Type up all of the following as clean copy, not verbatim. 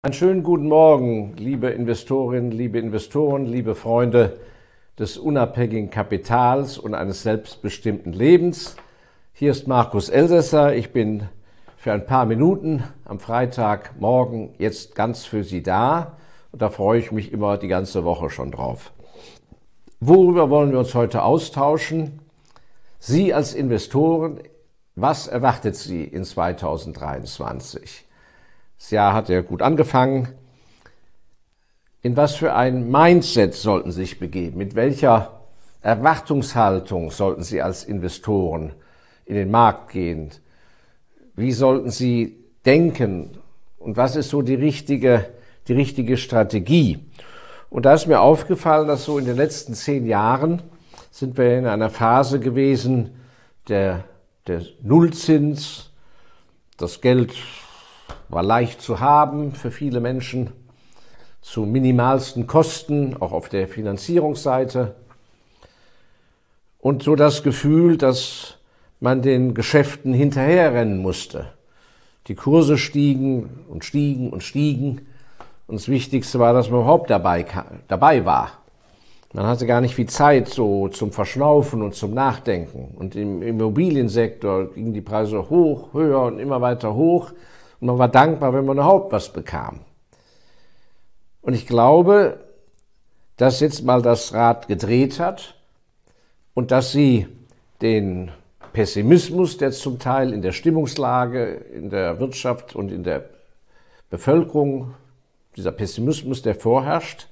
Einen schönen guten Morgen, liebe Investorinnen, liebe Investoren, liebe Freunde des unabhängigen Kapitals und eines selbstbestimmten Lebens. Hier ist Markus Elsässer. Ich bin für ein paar Minuten am Freitagmorgen jetzt ganz für Sie da und da freue ich mich immer die ganze Woche schon drauf. Worüber wollen wir uns heute austauschen? Sie als Investoren, was erwartet Sie in 2023? Das Jahr hat ja gut angefangen. In was für ein Mindset sollten Sie sich begeben? Mit welcher Erwartungshaltung sollten Sie als Investoren in den Markt gehen? Wie sollten Sie denken? Und was ist so die richtige Strategie? Und da ist mir aufgefallen, dass so in den letzten 10 Jahren sind wir in einer Phase gewesen, der Nullzins, das Geld war leicht zu haben für viele Menschen, zu minimalsten Kosten, auch auf der Finanzierungsseite. Und so das Gefühl, dass man den Geschäften hinterherrennen musste. Die Kurse stiegen und stiegen und stiegen. Und das Wichtigste war, dass man überhaupt dabei war. Man hatte gar nicht viel Zeit so zum Verschnaufen und zum Nachdenken. Und im Immobiliensektor gingen die Preise hoch, höher und immer weiter hoch. Und man war dankbar, wenn man überhaupt was bekam. Und ich glaube, dass jetzt mal das Rad gedreht hat und dass Sie den Pessimismus, der zum Teil in der Stimmungslage, in der Wirtschaft und in der Bevölkerung, dieser Pessimismus, der vorherrscht,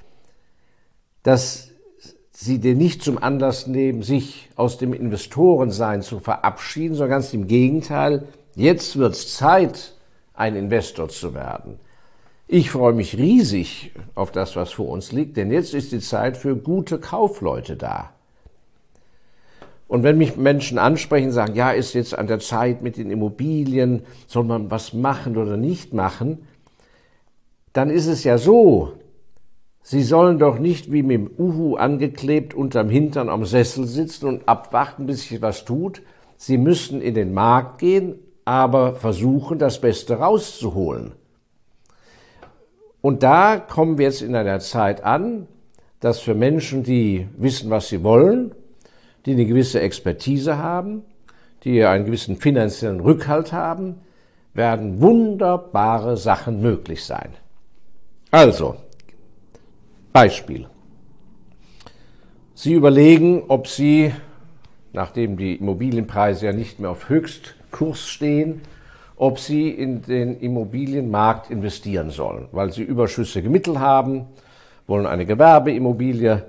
dass Sie den nicht zum Anlass nehmen, sich aus dem Investorensein zu verabschieden, sondern ganz im Gegenteil, jetzt wird es Zeit, ein Investor zu werden. Ich freue mich riesig auf das, was vor uns liegt, denn jetzt ist die Zeit für gute Kaufleute da. Und wenn mich Menschen ansprechen und sagen, ja, ist jetzt an der Zeit mit den Immobilien, soll man was machen oder nicht machen, dann ist es ja so, Sie sollen doch nicht wie mit dem Uhu angeklebt unterm Hintern am Sessel sitzen und abwarten, bis sich was tut. Sie müssen in den Markt gehen, aber versuchen, das Beste rauszuholen. Und da kommen wir jetzt in einer Zeit an, dass für Menschen, die wissen, was sie wollen, die eine gewisse Expertise haben, die einen gewissen finanziellen Rückhalt haben, werden wunderbare Sachen möglich sein. Also, Beispiel. Sie überlegen, ob Sie, nachdem die Immobilienpreise ja nicht mehr auf Höchstkurs stehen, ob Sie in den Immobilienmarkt investieren sollen, weil Sie überschüssige Mittel haben, wollen eine Gewerbeimmobilie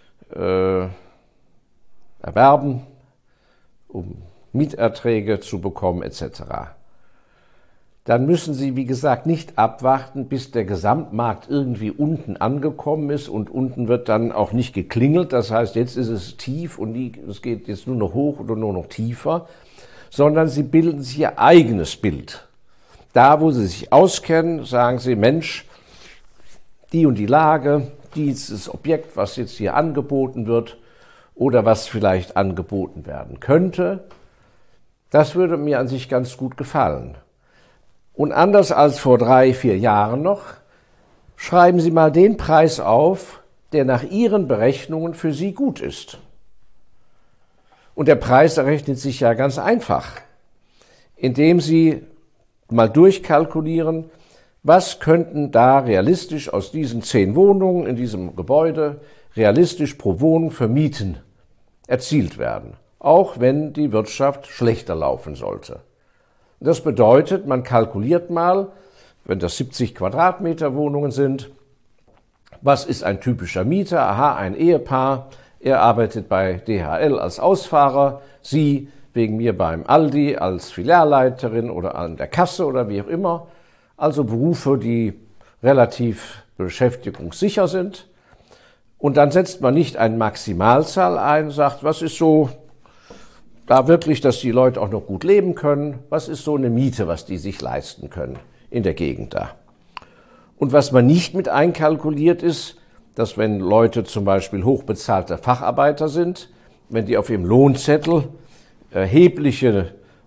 erwerben, um Mieterträge zu bekommen etc. Dann müssen Sie, wie gesagt, nicht abwarten, bis der Gesamtmarkt irgendwie unten angekommen ist und unten wird dann auch nicht geklingelt. Das heißt, jetzt ist es tief und es geht jetzt nur noch hoch oder nur noch tiefer, sondern Sie bilden sich Ihr eigenes Bild. Da, wo Sie sich auskennen, sagen Sie, Mensch, die und die Lage, dieses Objekt, was jetzt hier angeboten wird oder was vielleicht angeboten werden könnte, das würde mir an sich ganz gut gefallen. Und anders als vor 3-4 Jahren noch, schreiben Sie mal den Preis auf, der nach Ihren Berechnungen für Sie gut ist. Und der Preis errechnet sich ja ganz einfach, indem Sie mal durchkalkulieren, was könnten da realistisch aus diesen 10 Wohnungen in diesem Gebäude realistisch pro Wohnung für Mieten erzielt werden, auch wenn die Wirtschaft schlechter laufen sollte. Das bedeutet, man kalkuliert mal, wenn das 70 Quadratmeter Wohnungen sind, was ist ein typischer Mieter? Aha, ein Ehepaar, er arbeitet bei DHL als Ausfahrer, Sie wegen mir beim Aldi als Filialleiterin oder an der Kasse oder wie auch immer. Also Berufe, die relativ beschäftigungssicher sind. Und dann setzt man nicht eine Maximalzahl ein, sagt, was ist so da wirklich, dass die Leute auch noch gut leben können. Was ist so eine Miete, was die sich leisten können in der Gegend da? Und was man nicht mit einkalkuliert ist, dass wenn Leute zum Beispiel hochbezahlte Facharbeiter sind, wenn die auf ihrem Lohnzettel erhebliche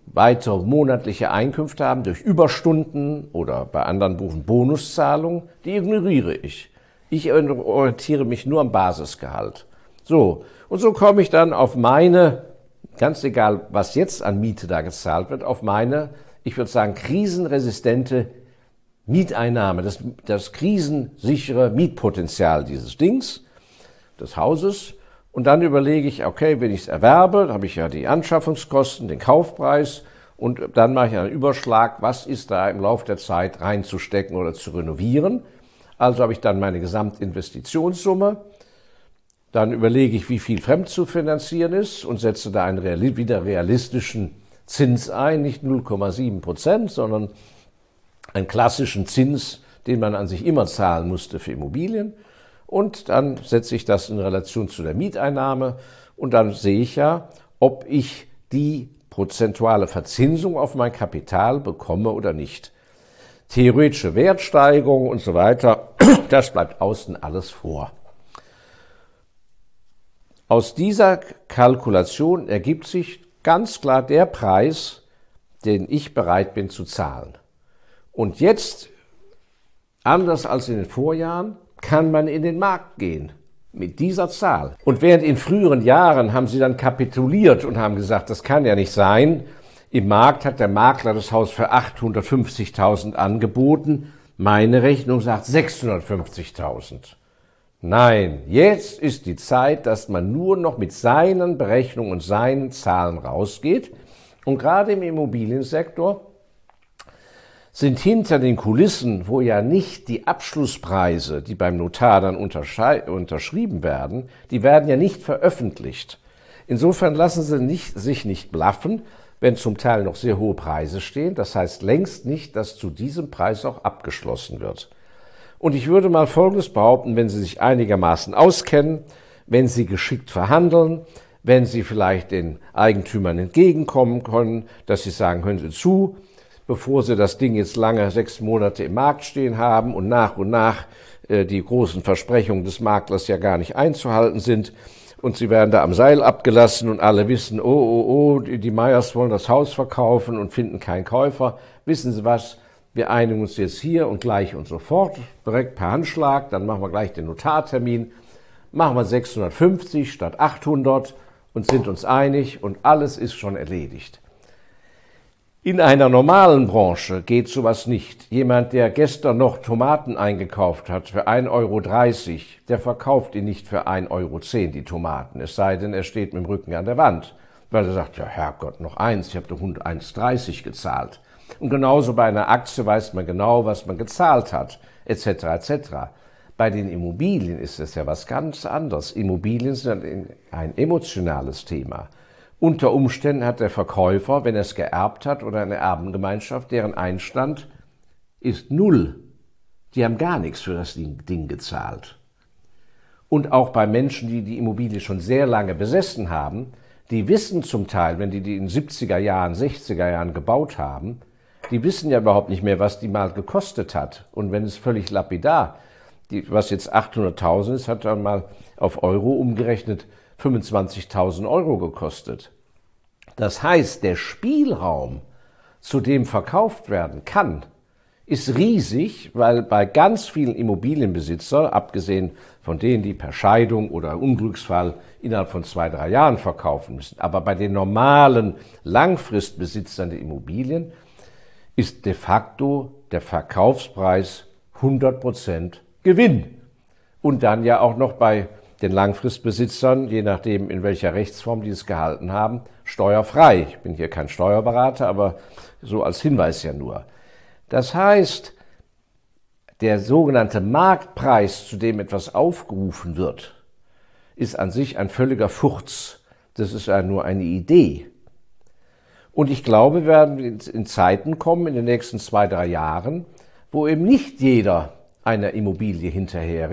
weitere monatliche Einkünfte haben durch Überstunden oder bei anderen Berufen Bonuszahlungen, die ignoriere ich. Ich orientiere mich nur am Basisgehalt. So, und so komme ich dann auf meine, ganz egal, was jetzt an Miete da gezahlt wird, auf meine, ich würde sagen, krisenresistente Mieteinnahme, das krisensichere Mietpotenzial dieses Dings, des Hauses. Und dann überlege ich, okay, wenn ich es erwerbe, dann habe ich ja die Anschaffungskosten, den Kaufpreis und dann mache ich einen Überschlag, was ist da im Laufe der Zeit reinzustecken oder zu renovieren. Also habe ich dann meine Gesamtinvestitionssumme, dann überlege ich, wie viel fremd zu finanzieren ist und setze da einen wieder realistischen Zins ein, nicht 0,7%, sondern einen klassischen Zins, den man an sich immer zahlen musste für Immobilien. Und dann setze ich das in Relation zu der Mieteinnahme und dann sehe ich ja, ob ich die prozentuale Verzinsung auf mein Kapital bekomme oder nicht. Theoretische Wertsteigerung und so weiter, das bleibt außen alles vor. Aus dieser Kalkulation ergibt sich ganz klar der Preis, den ich bereit bin zu zahlen. Und jetzt, anders als in den Vorjahren, kann man in den Markt gehen mit dieser Zahl. Und während in früheren Jahren haben sie dann kapituliert und haben gesagt, das kann ja nicht sein. Im Markt hat der Makler das Haus für 850.000 angeboten. Meine Rechnung sagt 650.000. Nein, jetzt ist die Zeit, dass man nur noch mit seinen Berechnungen und seinen Zahlen rausgeht. Und gerade im Immobiliensektor sind hinter den Kulissen, wo ja nicht die Abschlusspreise, die beim Notar dann unterschrieben werden, die werden ja nicht veröffentlicht. Insofern lassen sie sich nicht bluffen, wenn zum Teil noch sehr hohe Preise stehen. Das heißt längst nicht, dass zu diesem Preis auch abgeschlossen wird. Und ich würde mal Folgendes behaupten, wenn Sie sich einigermaßen auskennen, wenn Sie geschickt verhandeln, wenn Sie vielleicht den Eigentümern entgegenkommen können, dass Sie sagen, hören Sie zu, bevor Sie das Ding jetzt lange 6 Monate im Markt stehen haben und nach die großen Versprechungen des Maklers ja gar nicht einzuhalten sind und Sie werden da am Seil abgelassen und alle wissen, die Meyers wollen das Haus verkaufen und finden keinen Käufer. Wissen Sie was, wir einigen uns jetzt hier und gleich und sofort, direkt per Handschlag, dann machen wir gleich den Notartermin, machen wir 650 statt 800 und sind uns einig und alles ist schon erledigt. In einer normalen Branche geht sowas nicht. Jemand, der gestern noch Tomaten eingekauft hat für 1,30 Euro, der verkauft ihn nicht für 1,10 Euro die Tomaten. Es sei denn, er steht mit dem Rücken an der Wand, weil er sagt, ja Herrgott, noch eins, ich habe doch 1,30 gezahlt. Und genauso bei einer Aktie weiß man genau, was man gezahlt hat, etc. etc. Bei den Immobilien ist es ja was ganz anderes. Immobilien sind ein emotionales Thema. Unter Umständen hat der Verkäufer, wenn er es geerbt hat oder eine Erbengemeinschaft, deren Einstand ist 0. Die haben gar nichts für das Ding gezahlt. Und auch bei Menschen, die die Immobilie schon sehr lange besessen haben, die wissen zum Teil, wenn die in den 70er Jahren, 60er Jahren gebaut haben, die wissen ja überhaupt nicht mehr, was die mal gekostet hat. Und wenn es völlig lapidar, was jetzt 800.000 ist, hat dann mal auf Euro umgerechnet 25.000 Euro gekostet. Das heißt, der Spielraum, zu dem verkauft werden kann, ist riesig, weil bei ganz vielen Immobilienbesitzern, abgesehen von denen, die per Scheidung oder Unglücksfall innerhalb von 2-3 Jahren verkaufen müssen, aber bei den normalen Langfristbesitzern der Immobilien ist de facto der Verkaufspreis 100% Gewinn. Und dann ja auch noch bei den Langfristbesitzern, je nachdem in welcher Rechtsform die es gehalten haben, steuerfrei. Ich bin hier kein Steuerberater, aber so als Hinweis ja nur. Das heißt, der sogenannte Marktpreis, zu dem etwas aufgerufen wird, ist an sich ein völliger Furz. Das ist ja nur eine Idee. Und ich glaube, wir werden in Zeiten kommen, in den nächsten 2-3 Jahren, wo eben nicht jeder einer Immobilie hinterher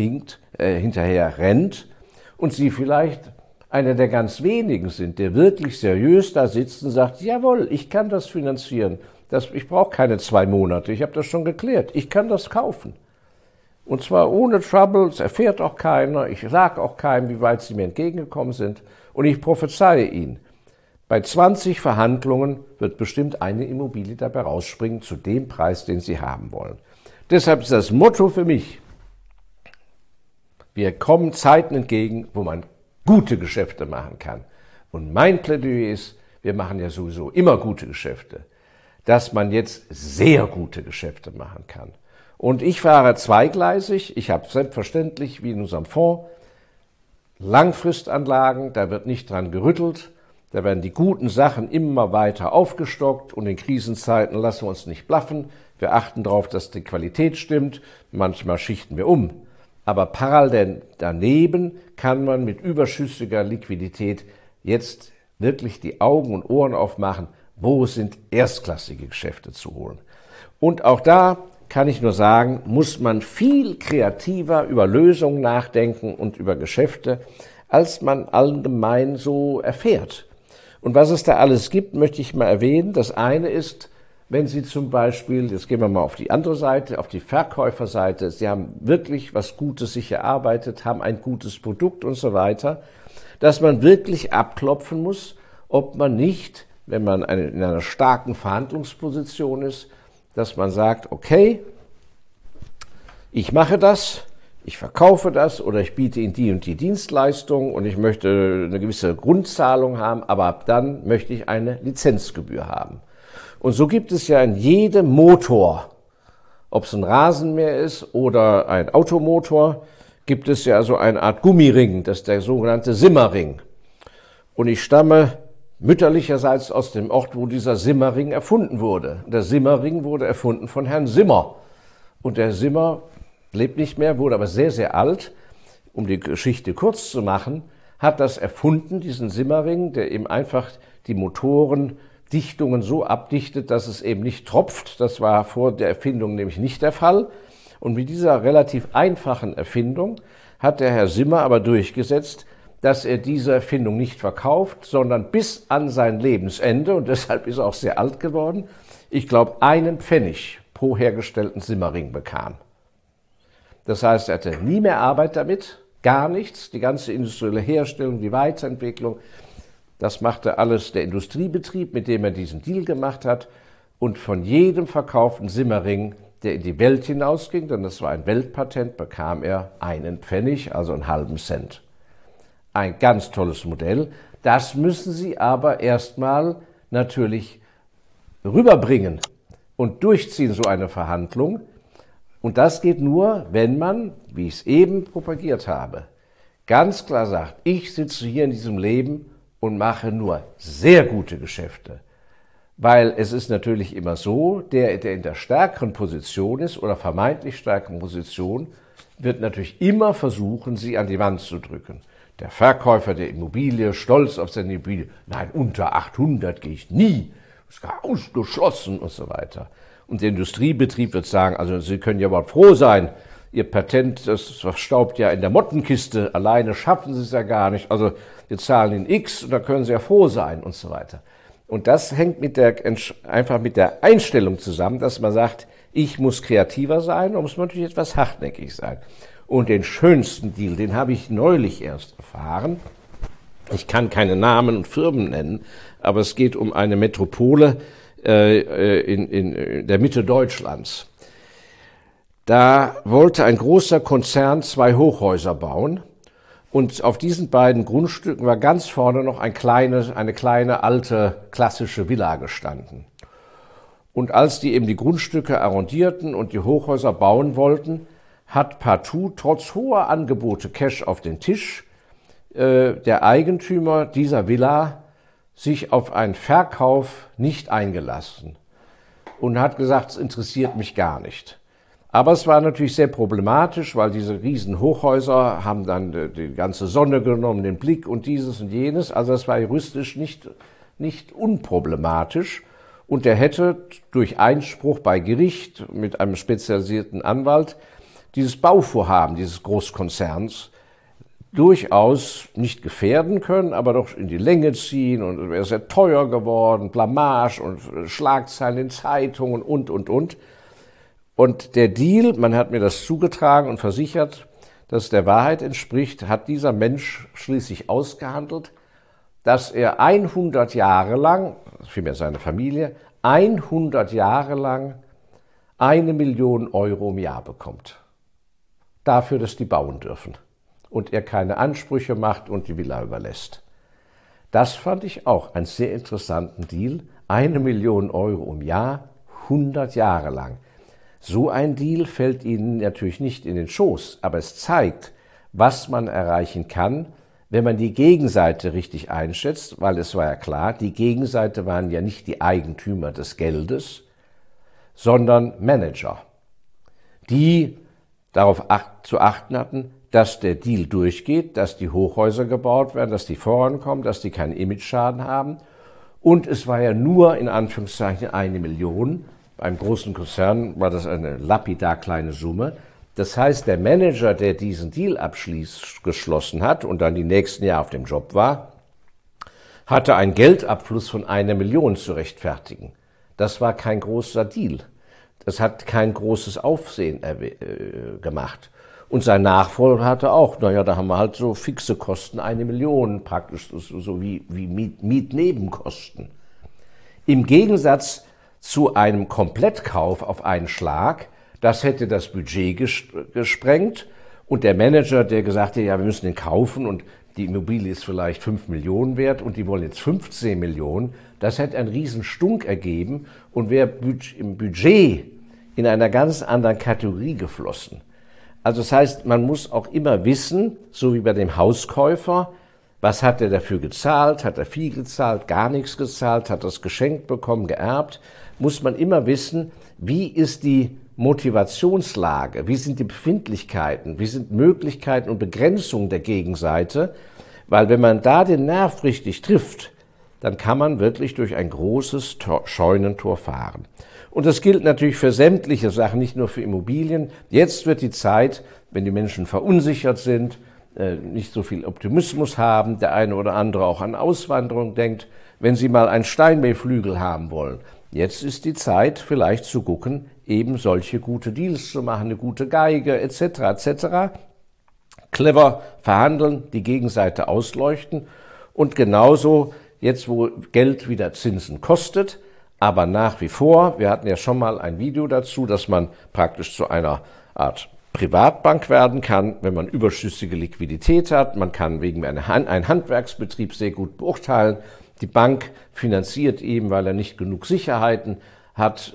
rennt und Sie vielleicht einer der ganz wenigen sind, der wirklich seriös da sitzt und sagt, jawohl, ich kann das finanzieren, ich brauche keine 2 Monate, ich habe das schon geklärt, ich kann das kaufen. Und zwar ohne Trouble, es erfährt auch keiner, ich sage auch keinem, wie weit Sie mir entgegengekommen sind und ich prophezeie Ihnen, Bei 20 Verhandlungen wird bestimmt eine Immobilie dabei rausspringen zu dem Preis, den Sie haben wollen. Deshalb ist das Motto für mich: Wir kommen Zeiten entgegen, wo man gute Geschäfte machen kann. Und mein Plädoyer ist, wir machen ja sowieso immer gute Geschäfte, dass man jetzt sehr gute Geschäfte machen kann. Und ich fahre zweigleisig. Ich habe selbstverständlich, wie in unserem Fonds, Langfristanlagen, da wird nicht dran gerüttelt. Da werden die guten Sachen immer weiter aufgestockt und in Krisenzeiten lassen wir uns nicht blaffen. Wir achten darauf, dass die Qualität stimmt. Manchmal schichten wir um. Aber parallel daneben kann man mit überschüssiger Liquidität jetzt wirklich die Augen und Ohren aufmachen, wo sind erstklassige Geschäfte zu holen. Und auch da kann ich nur sagen, muss man viel kreativer über Lösungen nachdenken und über Geschäfte, als man allgemein so erfährt. Und was es da alles gibt, möchte ich mal erwähnen. Das eine ist, wenn Sie zum Beispiel, jetzt gehen wir mal auf die andere Seite, auf die Verkäuferseite, Sie haben wirklich was Gutes sich erarbeitet, haben ein gutes Produkt und so weiter, dass man wirklich abklopfen muss, ob man nicht, wenn man in einer starken Verhandlungsposition ist, dass man sagt, okay, ich mache das, ich verkaufe das oder ich biete Ihnen die und die Dienstleistung und ich möchte eine gewisse Grundzahlung haben, aber ab dann möchte ich eine Lizenzgebühr haben. Und so gibt es ja in jedem Motor, ob es ein Rasenmäher ist oder ein Automotor, gibt es ja so eine Art Gummiring, das ist der sogenannte Simmerring. Und ich stamme mütterlicherseits aus dem Ort, wo dieser Simmerring erfunden wurde. Der Simmerring wurde erfunden von Herrn Simmer. Und der Simmer lebt nicht mehr, wurde aber sehr, sehr alt. Um die Geschichte kurz zu machen, hat das erfunden, diesen Simmerring, der eben einfach die Motorendichtungen so abdichtet, dass es eben nicht tropft. Das war vor der Erfindung nämlich nicht der Fall. Und mit dieser relativ einfachen Erfindung hat der Herr Simmer aber durchgesetzt, dass er diese Erfindung nicht verkauft, sondern bis an sein Lebensende, und deshalb ist er auch sehr alt geworden, ich glaube, 1 Pfennig pro hergestellten Simmerring bekam. Das heißt, er hatte nie mehr Arbeit damit, gar nichts. Die ganze industrielle Herstellung, die Weiterentwicklung, das machte alles der Industriebetrieb, mit dem er diesen Deal gemacht hat. Und von jedem verkauften Simmerring, der in die Welt hinausging, denn das war ein Weltpatent, bekam er 1 Pfennig, also einen halben Cent. Ein ganz tolles Modell. Das müssen Sie aber erstmal natürlich rüberbringen und durchziehen, so eine Verhandlung. Und das geht nur, wenn man, wie ich es eben propagiert habe, ganz klar sagt, ich sitze hier in diesem Leben und mache nur sehr gute Geschäfte. Weil es ist natürlich immer so, der in der stärkeren Position ist oder vermeintlich stärkeren Position, wird natürlich immer versuchen, sie an die Wand zu drücken. Der Verkäufer der Immobilie, stolz auf seine Immobilie, nein, unter 800 gehe ich nie, ist gar ausgeschlossen und so weiter. Und der Industriebetrieb wird sagen, also Sie können ja überhaupt froh sein, Ihr Patent, das verstaubt ja in der Mottenkiste, alleine schaffen Sie es ja gar nicht, also wir zahlen Ihnen X und da können Sie ja froh sein und so weiter. Und das hängt einfach mit der Einstellung zusammen, dass man sagt, ich muss kreativer sein und muss natürlich etwas hartnäckig sein. Und den schönsten Deal, den habe ich neulich erst erfahren. Ich kann keine Namen und Firmen nennen, aber es geht um eine Metropole in der Mitte Deutschlands. Da wollte ein großer Konzern 2 Hochhäuser bauen und auf diesen beiden Grundstücken war ganz vorne noch eine kleine alte klassische Villa gestanden. Und als die eben die Grundstücke arrondierten und die Hochhäuser bauen wollten, hat partout trotz hoher Angebote Cash auf den Tisch der Eigentümer dieser Villa sich auf einen Verkauf nicht eingelassen und hat gesagt, es interessiert mich gar nicht. Aber es war natürlich sehr problematisch, weil diese riesen Hochhäuser haben dann die ganze Sonne genommen, den Blick und dieses und jenes. Also es war juristisch nicht unproblematisch. Und er hätte durch Einspruch bei Gericht mit einem spezialisierten Anwalt dieses Bauvorhaben dieses Großkonzerns durchaus nicht gefährden können, aber doch in die Länge ziehen und es wäre sehr teuer geworden, Blamage und Schlagzeilen in Zeitungen und. Und der Deal, man hat mir das zugetragen und versichert, dass es der Wahrheit entspricht, hat dieser Mensch schließlich ausgehandelt, dass er 100 Jahre lang, vielmehr seine Familie, 100 Jahre lang 1 Million Euro im Jahr bekommt. Dafür, dass die bauen dürfen. Und er keine Ansprüche macht und die Villa überlässt. Das fand ich auch einen sehr interessanten Deal. 1 Million Euro im Jahr, 100 Jahre lang. So ein Deal fällt Ihnen natürlich nicht in den Schoß, aber es zeigt, was man erreichen kann, wenn man die Gegenseite richtig einschätzt, weil es war ja klar, die Gegenseite waren ja nicht die Eigentümer des Geldes, sondern Manager, die darauf zu achten hatten, dass der Deal durchgeht, dass die Hochhäuser gebaut werden, dass die vorankommen, dass die keinen Imageschaden haben. Und es war ja nur in Anführungszeichen 1 Million. Beim großen Konzern war das eine lapidar kleine Summe. Das heißt, der Manager, der diesen Deal geschlossen hat und dann die nächsten Jahre auf dem Job war, hatte einen Geldabfluss von 1 Million zu rechtfertigen. Das war kein großer Deal. Das hat kein großes Aufsehen gemacht. Und sein Nachfolger hatte auch, naja, da haben wir halt so fixe Kosten, 1 Million praktisch, so wie Mietnebenkosten. Im Gegensatz zu einem Komplettkauf auf einen Schlag, das hätte das Budget gesprengt und der Manager, der gesagt hat, ja, wir müssen den kaufen und die Immobilie ist vielleicht 5 Millionen wert und die wollen jetzt 15 Millionen, das hätte einen riesen Stunk ergeben und wäre im Budget in einer ganz anderen Kategorie geflossen. Also das heißt, man muss auch immer wissen, so wie bei dem Hauskäufer, was hat er dafür gezahlt? Hat er viel gezahlt, gar nichts gezahlt, hat er es geschenkt bekommen, geerbt? Muss man immer wissen, wie ist die Motivationslage, wie sind die Befindlichkeiten, wie sind Möglichkeiten und Begrenzungen der Gegenseite? Weil wenn man da den Nerv richtig trifft, dann kann man wirklich durch ein großes Scheunentor fahren. Und das gilt natürlich für sämtliche Sachen, nicht nur für Immobilien. Jetzt wird die Zeit, wenn die Menschen verunsichert sind, nicht so viel Optimismus haben, der eine oder andere auch an Auswanderung denkt, wenn sie mal einen Steinway-Flügel haben wollen. Jetzt ist die Zeit, vielleicht zu gucken, eben solche gute Deals zu machen, eine gute Geige etc. etc. Clever verhandeln, die Gegenseite ausleuchten und genauso jetzt, wo Geld wieder Zinsen kostet, aber nach wie vor, wir hatten ja schon mal ein Video dazu, dass man praktisch zu einer Art Privatbank werden kann, wenn man überschüssige Liquidität hat. Man kann wegen einem Handwerksbetrieb sehr gut beurteilen. Die Bank finanziert eben, weil er nicht genug Sicherheiten hat,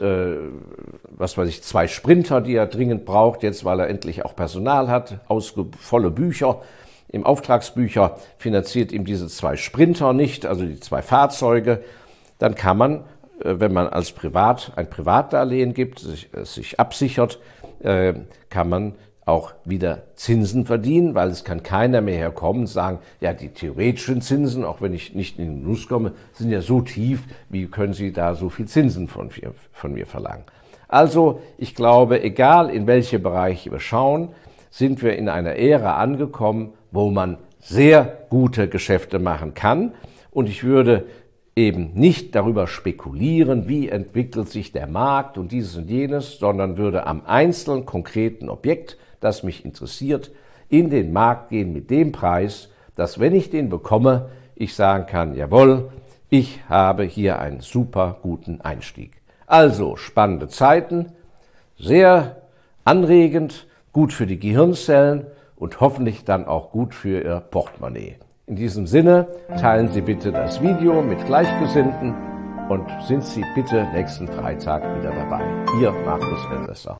2 Sprinter, die er dringend braucht, jetzt weil er endlich auch Personal hat, volle Bücher. Im Auftragsbücher finanziert ihm diese 2 Sprinter nicht, also die 2 Fahrzeuge. Dann kann man, wenn man als ein Privatdarlehen gibt, sich absichert, kann man auch wieder Zinsen verdienen, weil es kann keiner mehr herkommen und sagen, ja, die theoretischen Zinsen, auch wenn ich nicht in den Genuss komme, sind ja so tief, wie können Sie da so viel Zinsen von mir verlangen? Also, ich glaube, egal in welche Bereiche wir schauen, sind wir in einer Ära angekommen, wo man sehr gute Geschäfte machen kann. Und ich würde eben nicht darüber spekulieren, wie entwickelt sich der Markt und dieses und jenes, sondern würde am einzelnen konkreten Objekt, das mich interessiert, in den Markt gehen mit dem Preis, dass, wenn ich den bekomme, ich sagen kann, jawohl, ich habe hier einen super guten Einstieg. Also spannende Zeiten, sehr anregend, gut für die Gehirnzellen und hoffentlich dann auch gut für Ihr Portemonnaie. In diesem Sinne, teilen Sie bitte das Video mit Gleichgesinnten und sind Sie bitte nächsten Freitag wieder dabei. Ihr Markus Elsässer.